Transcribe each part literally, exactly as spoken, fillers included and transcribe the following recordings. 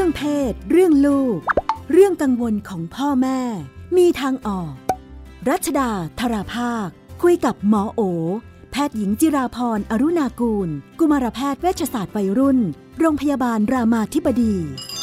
เพศเรื่องลูกเรื่องกังวลของพ่อแม่มีทางออกรัชดาธราภาคคุยกับหมอโอแพทย์หญิงจิราพรอรุณากูลกุมารแพทย์เวชศาสตร์วัยรุ่นโรงพยาบาลรามาธิบดี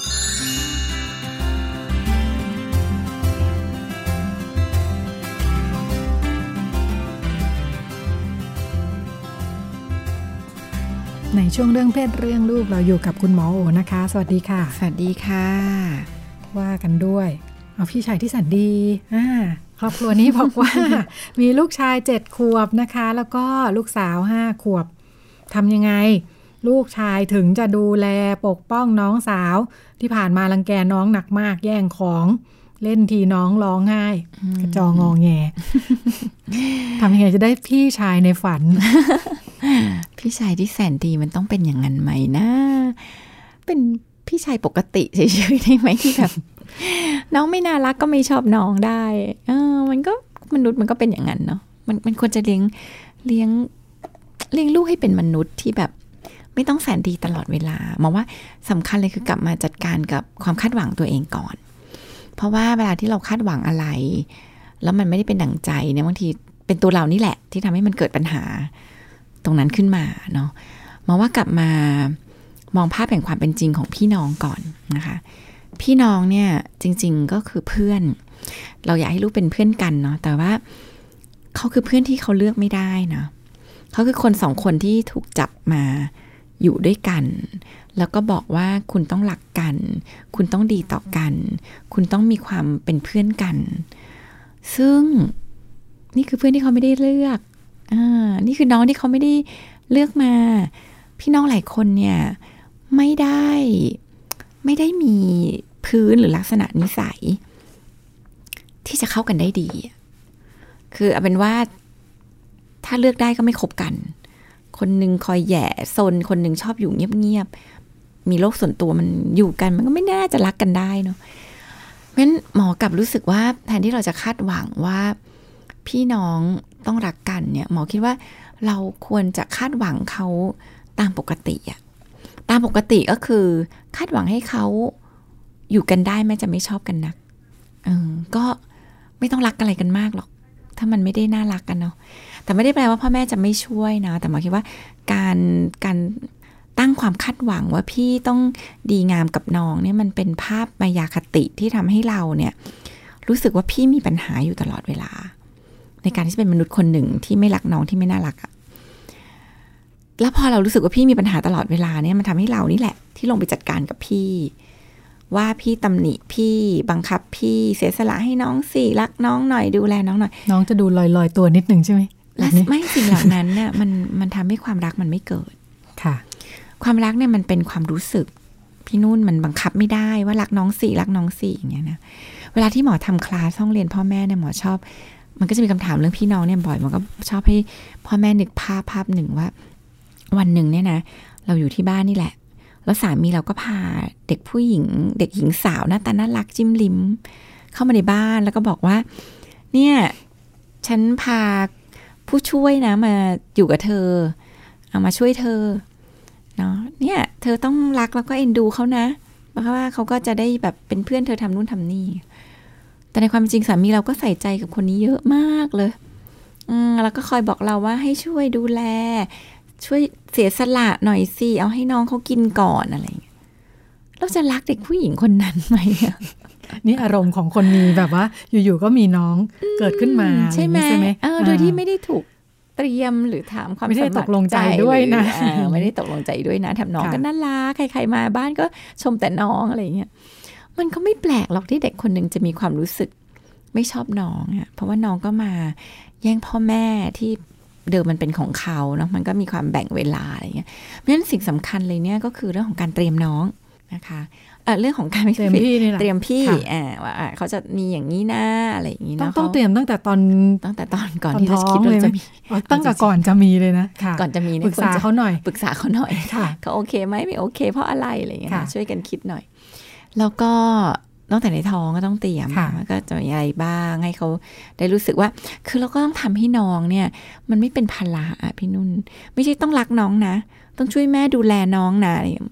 ในช่วงเรื่องเพศเรื่องลูกเราอยู่กับคุณหมอโอนะคะสวัสดีค่ะสวัสดีค่ะว่ากันด้วยเอาพี่ชายที่แสนดีอ่าครอบครัวนี้บอกว่า มีลูกชายเจ็ดขวบนะคะแล้วก็ลูกสาวห้าขวบทำยังไงลูกชายถึงจะดูแลปกป้องน้องสาวที่ผ่านมารังแกน้องหนักมากแย่งของเล่นทีน้องร้องไห้กระจองงอแง ทำยังไงจะได้พี่ชายในฝันพี่ชายที่แสนดีมันต้องเป็นอย่างนั้นไหมนะเป็นพี่ชายปกติเฉยๆได้ไหมที่แบบ น้องไม่น่ารักก็ไม่ชอบน้องได้เออมันก็มนุษย์มันก็เป็นอย่างนั้นเนาะมันมันควรจะเลี้ยงเลี้ยงเลี้ยงลูกให้เป็นมนุษย์ที่แบบไม่ต้องแสนดีตลอดเวลามองว่าสำคัญเลยคือกลับมาจัดการกับความคาดหวังตัวเองก่อนเพราะว่าเวลาที่เราคาดหวังอะไรแล้วมันไม่ได้เป็นดั่งใจเนี่ยบางทีเป็นตัวเรานี่แหละที่ทำให้มันเกิดปัญหาตรงนั้นขึ้นมาเนาะมองว่ากลับมามองภาพแห่งความเป็นจริงของพี่น้องก่อนนะคะพี่น้องเนี่ยจริงๆก็คือเพื่อนเราอยากให้ลูกเป็นเพื่อนกันเนาะแต่ว่าเขาคือเพื่อนที่เขาเลือกไม่ได้นะเขาคือคนสองคนที่ถูกจับมาอยู่ด้วยกันแล้วก็บอกว่าคุณต้องรักกันคุณต้องดีต่อกันคุณต้องมีความเป็นเพื่อนกันซึ่งนี่คือเพื่อนที่เขาไม่ได้เลือกอ่านี่คือน้องที่เขาไม่ได้เลือกมาพี่น้องหลายคนเนี่ยไม่ได้ไม่ได้มีพื้นหรือลักษณะนิสัยที่จะเข้ากันได้ดีคือเอาเป็นว่าถ้าเลือกได้ก็ไม่คบกันคนนึงคอยแย่ซนคนนึงชอบอยู่เงียบๆมีโลกส่วนตัวมันอยู่กันมันก็ไม่น่าจะรักกันได้เนาะเพราะฉะนั้นหมอกลับรู้สึกว่าแทนที่เราจะคาดหวังว่าพี่น้องต้องรักกันเนี่ยหมอคิดว่าเราควรจะคาดหวังเขาตามปกติอะตามปกติก็คือคาดหวังให้เขาอยู่กันได้แม้จะไม่ชอบกันนักเออก็ไม่ต้องรักอะไรกันมากหรอกถ้ามันไม่ได้น่ารักกันเนาะแต่ไม่ได้แปลว่าพ่อแม่จะไม่ช่วยนะแต่หมอคิดว่าการการตั้งความคาดหวังว่าพี่ต้องดีงามกับน้องเนี่ยมันเป็นภาพมายาคติที่ทำให้เราเนี่ยรู้สึกว่าพี่มีปัญหาอยู่ตลอดเวลาในการที่เป็นมนุษย์คนหนึ่งที่ไม่รักน้องที่ไม่น่ารักอะแล้วพอเรารู้สึกว่าพี่มีปัญหาตลอดเวลาเนี่ยมันทำให้เรานี่แหละที่ลงไปจัดการกับพี่ว่าพี่ตำหนิพี่บังคับพี่เสียสละให้น้องสิรักน้องหน่อยดูแลน้องหน่อยน้องจะดูลอยๆตัวนิดนึงใช่ไหมและไม่สิ่งเหล่านั้นเนี่ยมันมันทำให้ความรักมันไม่เกิดค่ะความรักเนี่ยมันเป็นความรู้สึกพี่นุ่นมันบังคับไม่ได้ว่ารักน้องสิรักน้องสิอย่างเงี้ยนะเวลาที่หมอทำคลาสห้องเรียนพ่อแม่เนี่ยหมอชอบมันก็จะมีคำถามเรื่องพี่น้องเนี่ยบ่อยมันก็ชอบให้พ่อแม่นึกภาพภาพหนึ่งว่าวันหนึ่งเนี่ยนะเราอยู่ที่บ้านนี่แหละแล้วสามีเราก็พาเด็กผู้หญิงเด็กหญิงสาวหน้าตาน่ารักจิ้มลิ้มเข้ามาในบ้านแล้วก็บอกว่าเนี่ยฉันพาผู้ช่วยนะมาอยู่กับเธอเอามาช่วยเธอเนาะเนี่ยเธอต้องรักแล้วก็เอ็นดูเขานะเพราะว่าเขาก็จะได้แบบเป็นเพื่อนเธอทำนู่นทำนี่แต่ในความจริงสามีเราก็ใส่ใจกับคนนี้เยอะมากเลยอืมแล้วก็คอยบอกเราว่าให้ช่วยดูแลช่วยเสียสละหน่อยสิเอาให้น้องเขากินก่อนอะไรอย่างเงี้ยเราจะรักเด็กผู้หญิงคนนั้นไหมนี่อารมณ์ของคนมีแบบว่าอยู่ๆก็มีน้องเกิดขึ้นมาใช่ไหมใช่ไหมเออโดยที่ไม่ได้ถูกเตรียมหรือถามความไม่ได้ตกลงใจด้วยนะไม่ได้ตกลงใจด้วยนะแถมน้องก็น่ารักใครๆมาบ้านก็ชมแต่น้องอะไรอย่างเงี้ยมันก็ไม่แปลกหรอกที่เด็กคนนึงจะมีความรู้สึกไม่ชอบน้องอ่ะเพราะว่าน้องก็มาแย่งพ่อแม่ที่เดิมมันเป็นของเขาเนาะมันก็มีความแบ่งเวลาอะไรเงี้ยเพราะฉะนั้นสิ่งสำคัญเลยเนี่ยก็คือเรื่องของการเตรียมน้องนะคะเออเรื่องของการเตรียมพี่นี่แหละเตรียมพี่อ่าว่าเขาจะมีอย่างนี้นะอะไรอย่างนี้นะต้องเตรียมตั้งแต่ตอนตั้งแต่ตอนก่อนที่จะคิดว่าจะมีตั้งแต่ก่อนจะมีเลยนะก่อนจะมีปรึกษาเขาหน่อยปรึกษาเขาหน่อยเขาโอเคไหมไม่โอเคเพราะอะไรอะไรเงี้ยช่วยกันคิดหน่อยแล้วก็ตั้งแต่ในท้องก็ต้องเตรียมก็จะมีอะไรบ้างให้เขาได้รู้สึกว่าคือเราก็ต้องทำให้น้องเนี่ยมันไม่เป็นภาระอ่ะพี่นุ่นไม่ใช่ต้องรักน้องนะต้องช่วยแม่ดูแลน้องนะ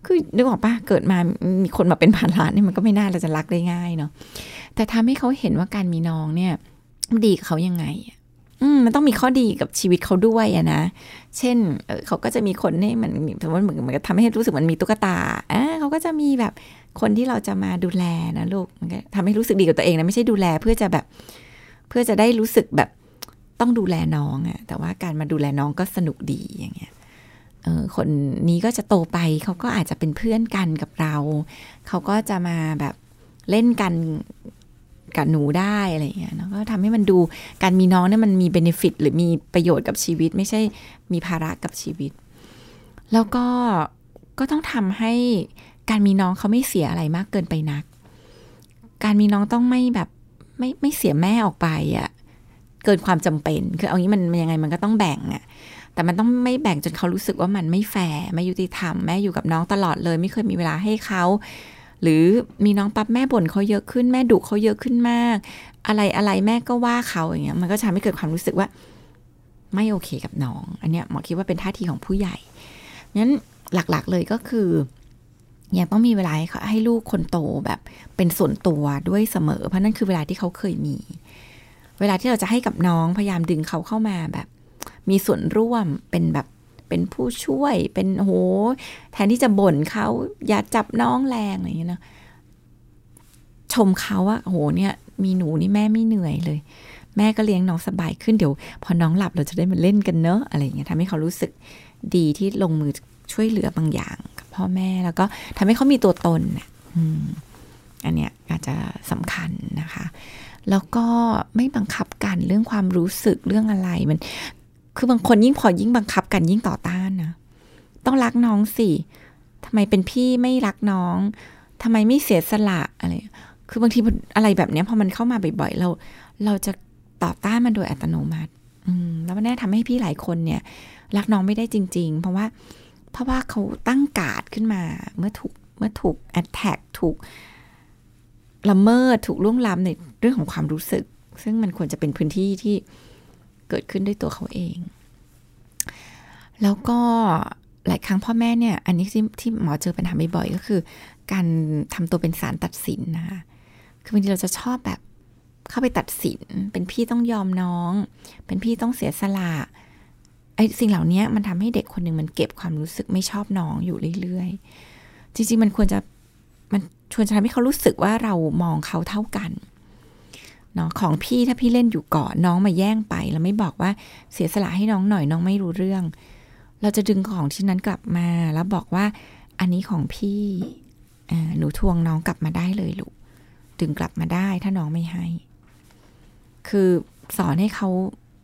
คือนึกออกปะเกิดมามีคนมาเป็นภาระเนี่ยมันก็ไม่น่าเราจะรักได้ง่ายเนาะแต่ทำให้เขาเห็นว่าการมีน้องเนี่ยดีกับเขายังไงอืมมันต้องมีข้อดีกับชีวิตเขาด้วยอะนะเช่นเออเขาก็จะมีคนให้มันสมมติเหมือนมันก็ทำให้รู้สึกมันมีตุ๊กตาอ่าเขาก็จะมีแบบคนที่เราจะมาดูแลนะลูกมันก็ทำให้รู้สึกดีกับตัวเองนะไม่ใช่ดูแลเพื่อจะแบบเพื่อจะได้รู้สึกแบบต้องดูแลน้องอะแต่ว่าการมาดูแลน้องก็สนุกดีอย่างเงี้ยเออคนนี้ก็จะโตไปเขาก็อาจจะเป็นเพื่อนกันกับเราเขาก็จะมาแบบเล่นกันกับหนูได้อะไรอย่างเงี้ยเนาะก็ทำให้มันดูการมีน้องเนี่ยมันมีเบเนฟิตหรือมีประโยชน์กับชีวิตไม่ใช่มีภาระกับชีวิตแล้วก็ก็ต้องทำให้การมีน้องเขาไม่เสียอะไรมากเกินไปนักการมีน้องต้องไม่แบบไม่ไม่เสียแม่ออกไปอ่ะเกินความจำเป็นคือเอางี้มันยังไงมันก็ต้องแบ่งอ่ะแต่มันต้องไม่แบ่งจนเขารู้สึกว่ามันไม่แฟร์ไม่ยุติธรรมแม่อยู่กับน้องตลอดเลยไม่เคยมีเวลาให้เขาหรือมีน้องปั๊บแม่บ่นเขาเยอะขึ้นแม่ดุเขาเยอะขึ้นมากอะไรอะไรแม่ก็ว่าเขาอย่างเงี้ยมันก็ทำให้เกิดความรู้สึกว่าไม่โอเคกับน้องอันเนี้ยหมอคิดว่าเป็นท่าทีของผู้ใหญ่งั้นหลักๆเลยก็คือยังต้องมีเวลาให้ให้ลูกคนโตแบบเป็นส่วนตัวด้วยเสมอเพราะนั่นคือเวลาที่เขาเคยมีเวลาที่เราจะให้กับน้องพยายามดึงเขาเข้ามาแบบมีส่วนร่วมเป็นแบบเป็นผู้ช่วยเป็นโหแทนที่จะบ่นเขาอย่าจับน้องแรงอะไรอย่างเงี้ยนะชมเขาว่าโหเนี่ยมีหนูนี่แม่ไม่เหนื่อยเลยแม่ก็เลี้ยงน้องสบายขึ้นเดี๋ยวพอน้องหลับเราจะได้มาเล่นกันเนอะอะไรอย่างเงี้ยทำให้เขารู้สึกดีที่ลงมือช่วยเหลือบางอย่างกับพ่อแม่แล้วก็ทำให้เขามีตัวตนอืมอันเนี้ยอาจจะสำคัญนะคะแล้วก็ไม่บังคับกันเรื่องความรู้สึกเรื่องอะไรมันคือบางคนยิ่งพอยิ่งบังคับกันยิ่งต่อต้านนะต้องรักน้องสิทำไมเป็นพี่ไม่รักน้องทำไมไม่เสียสละอะไรคือบางทีอะไรแบบนี้พอมันเข้ามาบ่อยๆเราเราจะต่อต้านมันโดยอัตโนมัติอืมแล้วมันแน่ทำให้พี่หลายคนเนี่ยรักน้องไม่ได้จริงๆเพราะว่าเพราะว่าเขาตั้งการ์ดขึ้นมาเมื่อถูกเมื่อถูกแอทแทคถูกละเมิดถูกล่วงล้ำในเรื่องของความรู้สึกซึ่งมันควรจะเป็นพื้นที่ที่เกิดขึ้นด้วยตัวเขาเองแล้วก็หลายครั้งพ่อแม่เนี่ยอันนี้ที่ที่หมอเจอปัญหาบ่อยๆก็คือการทำตัวเป็นศาลตัดสินนะคะคือบางทีเราจะชอบแบบเข้าไปตัดสินเป็นพี่ต้องยอมน้องเป็นพี่ต้องเสียสละไอ้สิ่งเหล่านี้มันทำให้เด็กคนหนึ่งมันเก็บความรู้สึกไม่ชอบน้องอยู่เรื่อยๆจริงๆมันควรจะมันชวนจะทำให้เขารู้สึกว่าเรามองเขาเท่ากันเนาะของพี่ถ้าพี่เล่นอยู่ก่อนน้องมาแย่งไปแล้วไม่บอกว่าเสียสละให้น้องหน่อยน้องไม่รู้เรื่องเราจะดึงของที่นั้นกลับมาแล้วบอกว่าอันนี้ของพี่อ่าหนูทวงน้องกลับมาได้เลยลูกดึงกลับมาได้ถ้าน้องไม่ให้คือสอนให้เขา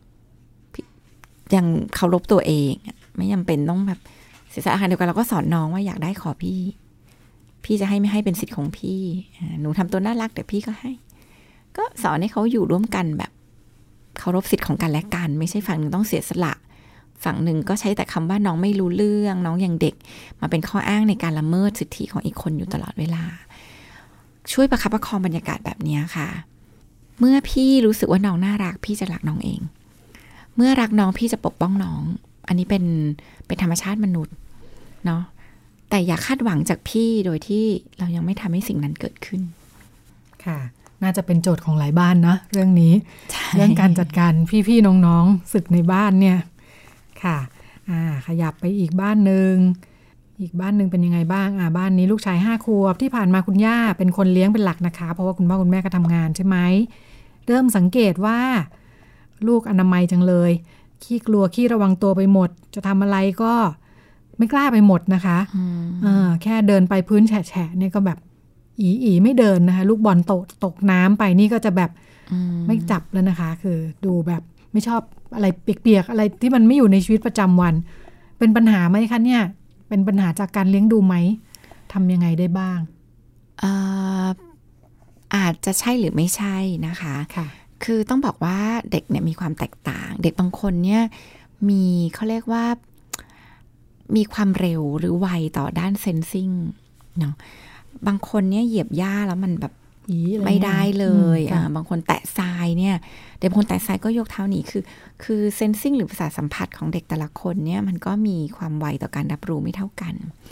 ยังเคารพตัวเองไม่จำเป็นต้องแบบเสียสละอาหารเดียวกันเราก็สอนน้องว่าอยากได้ขอพี่พี่จะให้ไม่ให้เป็นสิทธิ์ของพี่หนูทำตัวน่ารักแต่พี่ก็ให้ก็สอนให้เขาอยู่ร่วมกันแบบเคารพสิทธิ์ของกันและกันไม่ใช่ฝั่งหนึ่งต้องเสียสละฝั่งหนึ่งก็ใช้แต่คำว่าน้องไม่รู้เรื่องน้องยังเด็กมาเป็นข้ออ้างในการละเมิดสิทธิของอีกคนอยู่ตลอดเวลาช่วยประคับประคองบรรยากาศแบบนี้ค่ะเมื่อพี่รู้สึกว่าน้องน่ารักพี่จะรักน้องเองเมื่อรักน้องพี่จะปกป้องน้องอันนี้เป็นเป็นธรรมชาติมนุษย์เนาะแต่อย่าคาดหวังจากพี่โดยที่เรายังไม่ทำให้สิ่งนั้นเกิดขึ้นค่ะน่าจะเป็นโจทย์ของหลายบ้านนะเรื่องนี้เรื่องการจัดการพี่ๆน้องๆศึกในบ้านเนี่ยค่ะอ่าขยับไปอีกบ้านหนึ่งอีกบ้านหนึ่งเป็นยังไงบ้างอ่าบ้านนี้ลูกชายห้าขวบที่ผ่านมาคุณย่าเป็นคนเลี้ยงเป็นหลักนะคะเพราะว่าคุณพ่อคุณแม่ก็ทำงานใช่ไหมเริ่มสังเกตว่าลูกอนามัยจังเลยขี้กลัวขี้ระวังตัวไปหมดจะทำอะไรก็ไม่กล้าไปหมดนะคะอ่าแค่เดินไปพื้นแฉะๆเนี่ยก็แบบอีอีไม่เดินนะคะลูกบอลตกตกน้ำไปนี่ก็จะแบบไม่จับแล้วนะคะคือดูแบบไม่ชอบอะไรเปียกๆอะไรที่มันไม่อยู่ในชีวิตประจำวันเป็นปัญหาไหมคะเนี่ยเป็นปัญหาจากการเลี้ยงดูไหมทำยังไงได้บ้างอ่าอาจจะใช่หรือไม่ใช่นะคะค่ะคือต้องบอกว่าเด็กเนี่ยมีความแตกต่างเด็กบางคนเนี่ยมีเขาเรียกว่ามีความเร็วหรือไวต่อด้านเซนซิงเนาะบางคนเนี่ยเหยียบหญ้าแล้วมันแบบไม่ได้เลยอ่าบางคนแตะทรายเนี่ยเด็กบางคนแตะทรายก็ยกเท้าหนีคือคือเซนซิงหรือประสาทสัมผัสของเด็กแต่ละคนเนี่ยมันก็มีความไวต่อการรับรู้ไม่เท่ากันเพ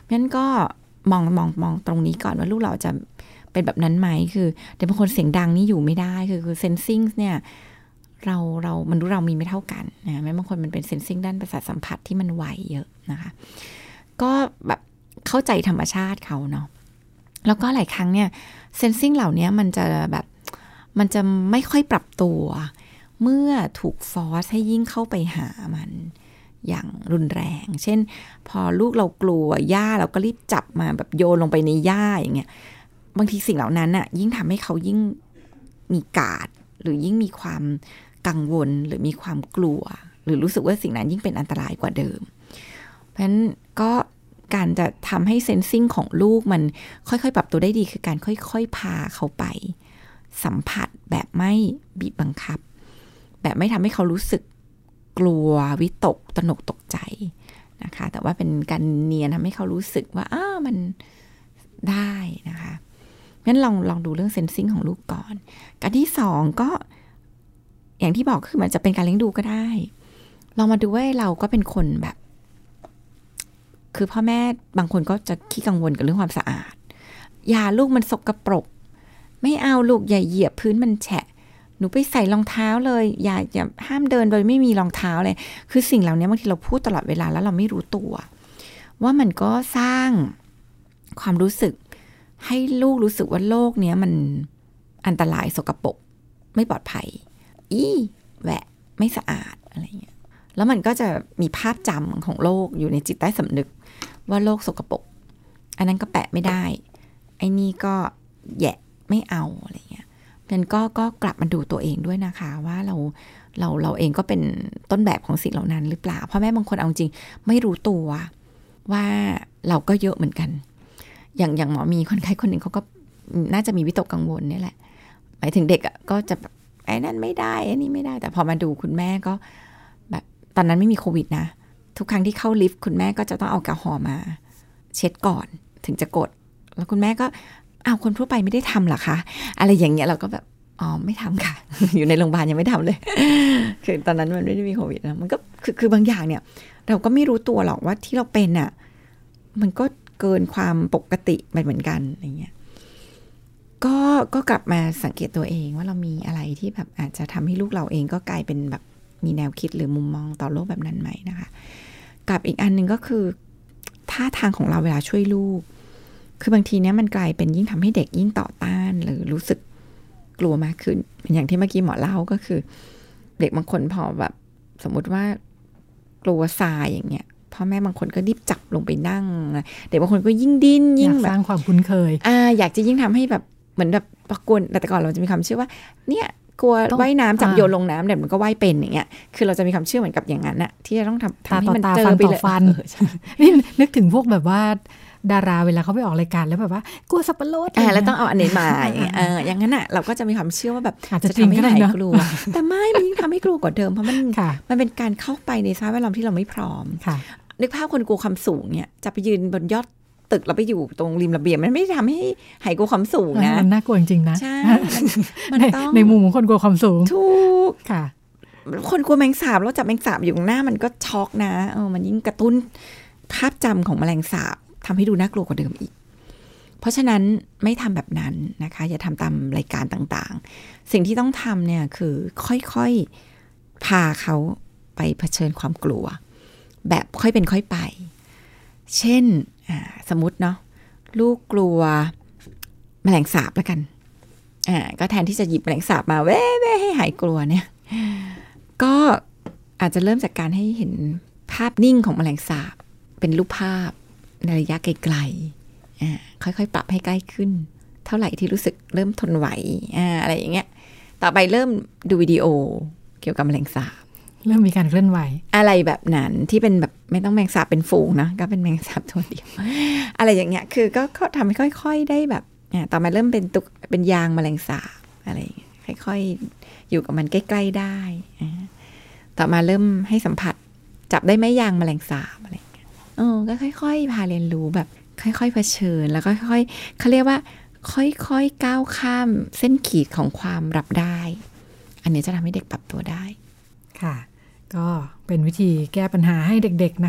งั้นก็มองมองมองตรงนี้ก่อนว่าลูกเราจะเป็นแบบนั้นไหมคือเดี๋ยวบางคนเสียงดังนี่อยู่ไม่ได้คือคือเซนซิงเนี่ยเราเรามันรู้เรามีไม่เท่ากันนะแม้บางคนมันเป็นเซนซิงด้านประสาทสัมผัสที่มันไวเยอะนะคะก็แบบเข้าใจธรรมชาติเขาเนาะแล้วก็หลายครั้งเนี่ยเซนซิงเหล่านี้มันจะแบบมันจะไม่ค่อยปรับตัวเมื่อถูกฟอร์สให้ยิ่งเข้าไปหามันอย่างรุนแรงเช่นพอลูกเรากลัวหญ้าเราก็รีบจับมาแบบโยนลงไปในหญ้าอย่างเงี้ยบางทีสิ่งเหล่านั้นน่ะยิ่งทำให้เขายิ่งมีกาดหรือยิ่งมีความกังวลหรือมีความกลัวหรือรู้สึกว่าสิ่งนั้นยิ่งเป็นอันตรายกว่าเดิมเพราะฉะนั้นก็การจะทำให้เซนซิงของลูกมันค่อยๆปรับตัวได้ดีคือการค่อยๆพาเขาไปสัมผัสแบบไม่บีบบังคับแบบไม่ทำให้เขารู้สึกกลัววิตกตระหนกตกใจนะคะแต่ว่าเป็นการเนียนทำให้เขารู้สึกว่าอ้ามันได้นะคะงั้นลองลองดูเรื่องเซนซิงของลูกก่อนการที่สองก็อย่างที่บอกคือมันจะเป็นการเลี้ยงดูก็ได้ลองมาดูว่าเราก็เป็นคนแบบคือพ่อแม่บางคนก็จะขี้กังวลกับเรื่องความสะอาดอย่าลูกมันสกปรกไม่เอาลูกอย่าเหยียบพื้นมันแฉะหนูไปใส่รองเท้าเลยอย่าอย่าห้ามเดินโดยไม่มีรองเท้าเลยคือสิ่งเหล่านี้บางทีเราพูดตลอดเวลาแล้วเราไม่รู้ตัวว่ามันก็สร้างความรู้สึกให้ลูกรู้สึกว่าโลกนี้มันอันตรายสกปรกไม่ปลอดภัยอีแหวะไม่สะอาดอะไรเงี้ยแล้วมันก็จะมีภาพจำของโลกอยู่ในจิตใต้สำนึกว่าโลกสกปรกอันนั้นก็แปะไม่ได้ไอ้นี่ก็แยะไม่เอาอะไรเงี้ยมันก็ก็กลับมาดูตัวเองด้วยนะคะว่าเราเราเราเองก็เป็นต้นแบบของสิ่งเหล่านั้นหรือเปล่าเพราะแม่บางคนเอาจริงไม่รู้ตัวว่าเราก็เยอะเหมือนกันอย่างอย่างหมอมีคนไข้คนหนึ่งเขาก็น่าจะมีวิตกกังวลนี่แหละหมายถึงเด็กอ่ะก็จะไอ้นั่นไม่ได้ไอ้นี่ไม่ได้แต่พอมาดูคุณแม่ก็แบบตอนนั้นไม่มีโควิดนะทุกครั้งที่เข้าลิฟต์คุณแม่ก็จะต้องเอาแอลกอฮอล์มาเช็ดก่อนถึงจะกดแล้วคุณแม่ก็อ้าวคนทั่วไปไม่ได้ทำหรอคะอะไรอย่างเงี้ยเราก็แบบอ๋อไม่ทำค่ะ อยู่ในโรงพยาบาลยังไม่ทำเลย คือตอนนั้นมันไม่ได้มีโควิดนะมันก็คือคือบางอย่างเนี่ยเราก็ไม่รู้ตัวหรอกว่าที่เราเป็นอ่ะมันก็เกินความปกติไปเหมือนกันอะไรเงี้ยก็ก็กลับมาสังเกตตัวเองว่าเรามีอะไรที่แบบอาจจะทำให้ลูกเราเองก็กลายเป็นแบบมีแนวคิดหรือมุมมองต่อโลกแบบนั้นไหมนะคะกับอีกอันนึงก็คือท่าทางของเราเวลาช่วยลูกคือบางทีเนี้ยมันกลายเป็นยิ่งทำให้เด็กยิ่งต่อต้านหรือรู้สึกกลัวมากขึ้นอย่างที่เมื่อกี้หมอเล่าก็คือเด็กบางคนพอแบบสมมติว่ากลัวทรายอย่างเงี้ยพ่อแม่บางคนก็รีบจับลงไปนั่งเด็กบางคนก็ยิ่งดิ้นยิ่งแบบสร้างความคุ้นเคยอ่าอยากจะยิ่งทำให้แบบเหมือนแบบประกวนแต่ก่อนเราจะมีความเชื่อว่าเนี่ยกลัวว่ายน้ำจับโยนลงน้ำเด็กมันก็ว่ายเป็นอย่างเงี้ยคือเราจะมีความเชื่อเหมือนกับอย่างนั้นอะที่จะต้องทำทำให้มันเจอไปเลยนี่นึกถึงพวกแบบว่าดาราเวลาเขาไปออกรายการแล้วแบบว่ากลัวสับปะรดอ่าแล้วต้องเอาอันนี้มาอย่างเงี้ยเอออย่างนั้นอ่ะเราก็จะมีความเชื่อว่าแบบจะทำให้หายกลัวแต่ไม่มันยิ่งทำให้กลัวกว่าเดิมเพราะมันมันเป็นการเข้าไปในสภาพแวดล้อมที่เราไม่พร้อมนึกภาพคนกลัวความสูงเนี่ยจะไปยืนบนยอดตึกแล้วไปอยู่ตรงริมระเบียงมันไม่ได้ทำให้หายกลัวความสูงนะมันน่ากลัวจริงๆนะใช่มันต้องในมุมของคนกลัวความสูงถูกค่ะคนกลัวแมงสาบแล้วจับแมงสาบอยู่ตรงหน้ามันก็ช็อกนะเออมันยิ่งกระตุ้นภาพจำของแมลงสาบทำให้ดูน่ากลัวกว่าเดิมอีกเพราะฉะนั้นไม่ทำแบบนั้นนะคะอย่าทำตามรายการต่างๆสิ่งที่ต้องทำเนี่ยคือค่อยๆพาเขาไปเผชิญความกลัวแบบค่อยเป็นค่อยไปเช่นสมมติเนาะลูกกลัวแมลงสาบแล้วกันอ่าก็แทนที่จะหยิบแมลงสาบมาเว้เว้ให้หายกลัวเนี่ยก็อาจจะเริ่มจากการให้เห็นภาพนิ่งของแมลงสาบเป็นรูปภาพในระยะไกลๆอ่าค่อยๆปรับให้ใกล้ขึ้นเท่าไหร่ที่รู้สึกเริ่มทนไหวอ่าอะไรอย่างเงี้ยต่อไปเริ่มดูวิดีโอเกี่ยวกับแมลงสาบเริ่มมีการเคลื่อนไหวอะไรแบบนั้นที่เป็นแบบไม่ต้องแมงสาบเป็นฝูงนะก็เป็นแมงสาบตัวเดียวอะไรอย่างเงี้ยคือก็ทำให้ค่อยๆได้แบบอ่าต่อมาเริ่มเป็นตุกเป็นยางแมลงสาบอะไรค่อยๆอยู่กับมันใกล้ๆได้อ่าต่อมาเริ่มให้สัมผัสจับได้ไหมยางแมลงสาบอะไรเออก็ค่อยๆพาเรียนรู้แบบค่อยๆเผชิญแล้วก็ค่อยๆเขาเรียกว่าค่อยๆก้าวข้ามเส้นขีดของความรับได้อันนี้จะทำให้เด็กปรับตัวได้ค่ะก็เป็นวิธีแก้ปัญหาให้เด็กๆนะคะ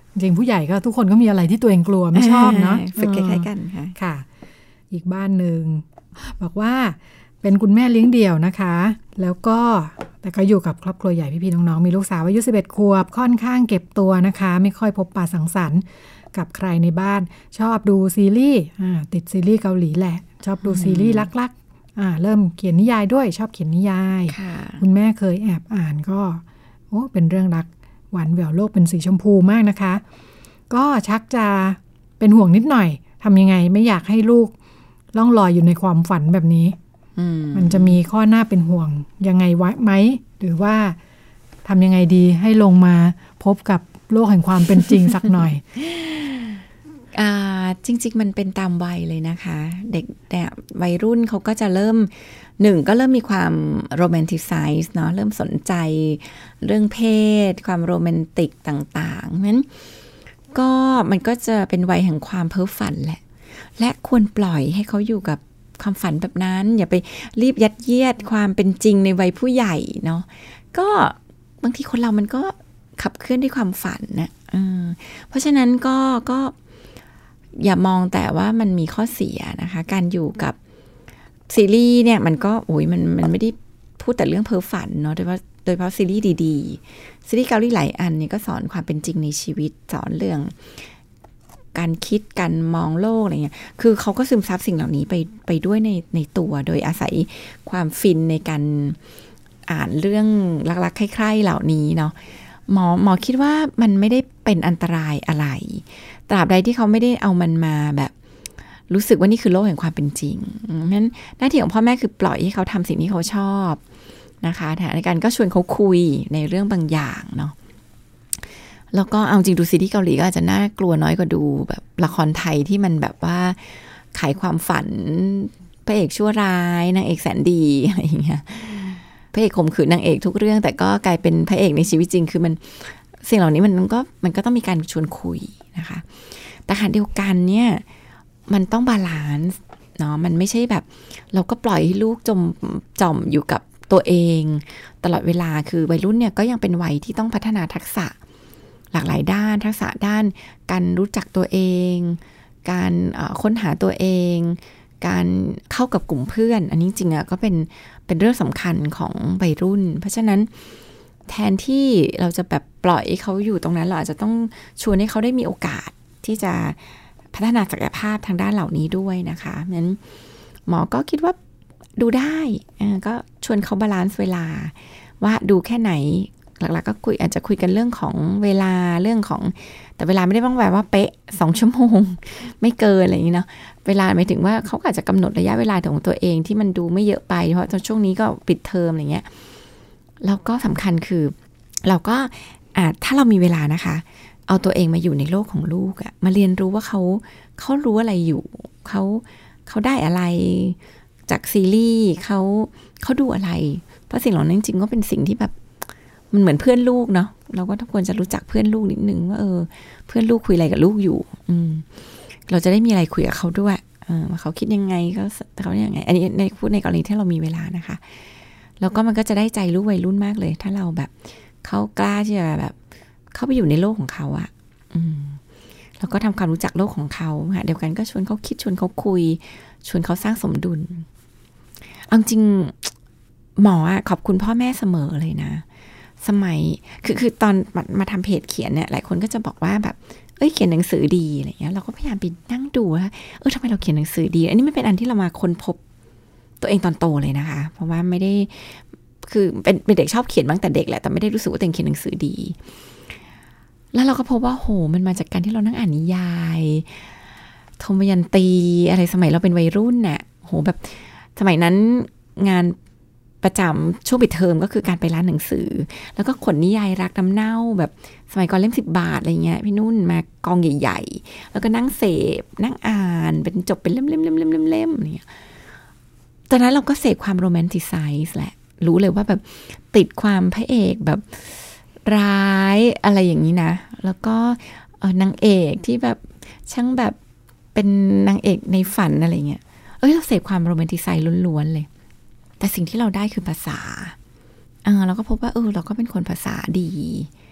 จริงผู้ใหญ่ก็ทุกคนก็มีอะไรที่ตัวเองกลัวไม่ชอบเนาะฝึกคล้ายๆกันค่ะค่ะอีกบ้านหนึ่งบอกว่าเป็นคุณแม่เลี้ยงเดี่ยวนะคะแล้วก็แต่ก็อยู่กับครอบครัวใหญ่พี่ๆน้องๆมีลูกสาวอายุสิบเอ็ดขวบค่อนข้างเก็บตัวนะคะไม่ค่อยพบปะสังสรรค์กับใครในบ้านชอบดูซีรีส์ติดซีรีส์เกาหลีแหละชอบดูซีรีส์รักๆอ่าเริ่มเขียนนิยายด้วยชอบเขียนนิยายคุณแม่เคยแอบอ่านก็โอ้เป็นเรื่องรักหวานแหววโลกเป็นสีชมพูมากนะคะก็ชักจะเป็นห่วงนิดหน่อยทำยังไงไม่อยากให้ลูกล่องลอยอยู่ในความฝันแบบนี้มันจะมีข้อหน้าเป็นห่วงยังไงไว้ไหมหรือว่าทำยังไงดีให้ลงมาพบกับโลกแห่งความเป็นจริงสักหน่อยอ่าจริงๆมันเป็นตามวัยเลยนะคะเด็กแต่วัยรุ่นเขาก็จะเริ่มหนึ่งก็เริ่มมีความโรแมนติไซส์เนาะเริ่มสนใจเรื่องเพศความโรแมนติกต่างๆเพราะฉะนั้นก็มันก็จะเป็นวัยแห่งความเพ้อฝันแหละและควรปล่อยให้เขาอยู่กับความฝันแบบนั้นอย่าไปรีบยัดเยียดความเป็นจริงในวัยผู้ใหญ่เนาะก็บางทีคนเรามันก็ขับเคลื่อนด้วยความฝันนะเพราะฉะนั้นก็ก็อย่ามองแต่ว่ามันมีข้อเสียนะคะการอยู่กับซีรีส์เนี่ยมันก็โอ้ยมันมันไม่ได้พูดแต่เรื่องเพ้อฝันเนาะโดยเฉพาะโดยเฉพาะซีรีส์ดีๆซีรีส์เกาหลีหลายอันนี่ก็สอนความเป็นจริงในชีวิตสอนเรื่องการคิดการมองโลกอะไรเงี้ยคือเขาก็ซึมซับสิ่งเหล่านี้ไปไปด้วยในในตัวโดยอาศัยความฟินในการอ่านเรื่องรักๆใคร่ๆเหล่านี้เนาะหมอหมอคิดว่ามันไม่ได้เป็นอันตรายอะไรตราบใดที่เขาไม่ได้เอามันมาแบบรู้สึกว่านี่คือโลกแห่งความเป็นจริงนั้นหน้าที่ของพ่อแม่คือปล่อยให้เขาทำสิ่งที่เขาชอบนะคะในการก็ชวนเขาคุยในเรื่องบางอย่างเนาะแล้วก็เอาจริงดูซีรีส์เกาหลีก็อาจจะน่ากลัวน้อยกว่าดูแบบละครไทยที่มันแบบว่าขายความฝันพระเอกชั่วร้ายนางเอกแสนดีอะไรอย่างเงี้ยพระเอกข่มขืนนางเอกทุกเรื่องแต่ก็กลายเป็นพระเอกในชีวิตจริงคือมันสิ่งเหล่านี้มันก็มันก็ต้องมีการชวนคุยนะคะแต่ขณะเดียวกันเนี่ยมันต้องบาลานซ์เนาะมันไม่ใช่แบบเราก็ปล่อยให้ลูกจมจมอยู่กับตัวเองตลอดเวลาคือวัยรุ่นเนี่ยก็ยังเป็นวัยที่ต้องพัฒนาทักษะหลากหลายด้านทักษะด้านการรู้จักตัวเองการค้นหาตัวเองการเข้ากับกลุ่มเพื่อนอันนี้จริงๆอ่ะก็เป็นเป็นเรื่องสำคัญของวัยรุ่นเพราะฉะนั้นแทนที่เราจะแบบปล่อยให้เขาอยู่ตรงนั้นเราอาจจะต้องชวนให้เขาได้มีโอกาสที่จะพัฒนาศักยภาพทางด้านเหล่านี้ด้วยนะคะนั้นหมอก็คิดว่าดูได้ก็ชวนเขาบาลานซ์เวลาว่าดูแค่ไหนหลักๆก็คุยอาจจะคุยกันเรื่องของเวลาเรื่องของแต่เวลาไม่ได้ต้องแบบว่าเป๊ะสองชั่วโมงไม่เกินอะไรอย่างนี้เนาะเวลาหมายถึงว่าเขาอาจจะกำหนดระยะเวลาของตัวเองที่มันดูไม่เยอะไปเพราะตอนช่วงนี้ก็ปิดเทอมอะไรเงี้ยแล้วก็สำคัญคือเราก็อาจถ้าเรามีเวลานะคะเอาตัวเองมาอยู่ในโลกของลูกอะมาเรียนรู้ว่าเขาเขารู้อะไรอยู่เขาเขาได้อะไรจากซีรีส์เขาเขาดูอะไรเพราะสิ่งเหล่านั้นจริงๆก็เป็นสิ่งที่แบบมันเหมือนเพื่อนลูกเนาะเราก็ควรจะรู้จักเพื่อนลูกนิดนึงว่าเออเพื่อนลูกคุยอะไรกับลูกอยู่อืมเราจะได้มีอะไรคุยกับเขาด้วยเออว่าเขาคิดยังไงเขาเขาอย่างไงอันนี้ในพูดในกรณีที่เรามีเวลานะคะแล้วก็มันก็จะได้ใจลูกวัยรุ่นมากเลยถ้าเราแบบเขากล้าที่จะแบบเข้าไปอยู่ในโลกของเขาอะอืมแล้วก็ทำความรู้จักโลกของเขาค่ะเดียวกันก็ชวนเขาคิดชวนเขาคุยชวนเขาสร้างสมดุลเอาจริงหมออะขอบคุณพ่อแม่เสมอเลยนะสมัยคือคือตอนมามาทำเพจเขียนเนี่ยหลายคนก็จะบอกว่าแบบเอ้ยเขียนหนังสือดีอะไรเงี้ยเราก็พยายามไปนั่งดูว่าเออทำไมเราเขียนหนังสือดีอันนี้ไม่เป็นอันที่เรามาค้นพบตัวเองตอนโตเลยนะคะเพราะว่าไม่ได้คือเป็นเป็นเด็กชอบเขียนมาตั้งแต่เด็กแหละแต่ไม่ได้รู้สึกว่าตัวเองเขียนหนังสือดีแล้วเราก็พบว่าโหมันมาจากการที่เรานั่งอ่านนิยายทมยันตีอะไรสมัยเราเป็นวัยรุ่นน่ะโหแบบสมัยนั้นงานประจำช่วงปิดเทอมก็คือการไปร้านหนังสือแล้วก็ขนนิยายรักน้ำเน่าแบบสมัยก่อนเล่มสิบบาทอะไรเงี้ยพี่นุ่นมากองใหญ่ๆแล้วก็นั่งเสพนั่งอ่านเป็นจบเป็นเล่มๆๆๆๆอะไรเงี้ยตอนนั้นเราก็เสพความโรแมนติไซส์แหละรู้เลยว่าแบบติดความพระเอกแบบร้ายอะไรอย่างนี้นะแล้วก็เออนางเอกที่แบบช่างแบบเป็นนางเอกในฝันอะไรเงี้ยเอ้ยเราเสพความโรแมนติไซส์ล้วนๆเลยแต่สิ่งที่เราได้คือภาษาเออเราก็พบว่าเออเราก็เป็นคนภาษาดี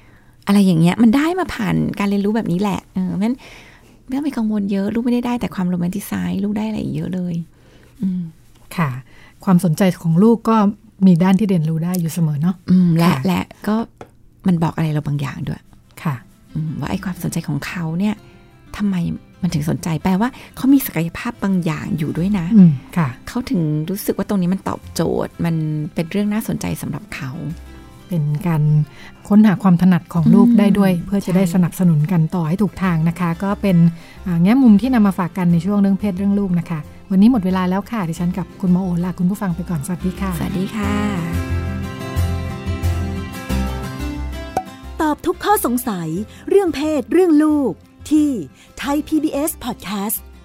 อะไรอย่างเงี้ยมันได้มาผ่านการเรียนรู้แบบนี้แหละเออเพราะฉะนั้นไม่ต้องไปกังวลเยอะลูกไม่ได้ได้แต่ความโรแมนติไซส์ลูกได้อะไรเยอะเลยอืมค่ะความสนใจของลูกก็มีด้านที่เรียนรู้ได้อยู่เสมอเนาะอืมและและก็มันบอกอะไรเราบางอย่างด้วยค่ะว่าไอ้ความสนใจของเขาเนี่ยทำไมมันถึงสนใจแปลว่าเขามีศักยภาพบางอย่างอยู่ด้วยนะค่ะเขาถึงรู้สึกว่าตรงนี้มันตอบโจทย์มันเป็นเรื่องน่าสนใจสำหรับเขาเป็นการค้นหาความถนัดของลูกได้ด้วยเพื่อจะได้สนับสนุนกันต่อให้ถูกทางนะคะก็เป็นแง่มุมที่นำมาฝากกันในช่วงเรื่องเพศเรื่องลูกนะคะวันนี้หมดเวลาแล้วค่ะดิฉันกับคุณหมอโอลาคุณผู้ฟังไปก่อนสวัสดีค่ะสวัสดีค่ะตอบทุกข้อสงสัยเรื่องเพศเรื่องลูกที่ Thai พี บี เอส Podcast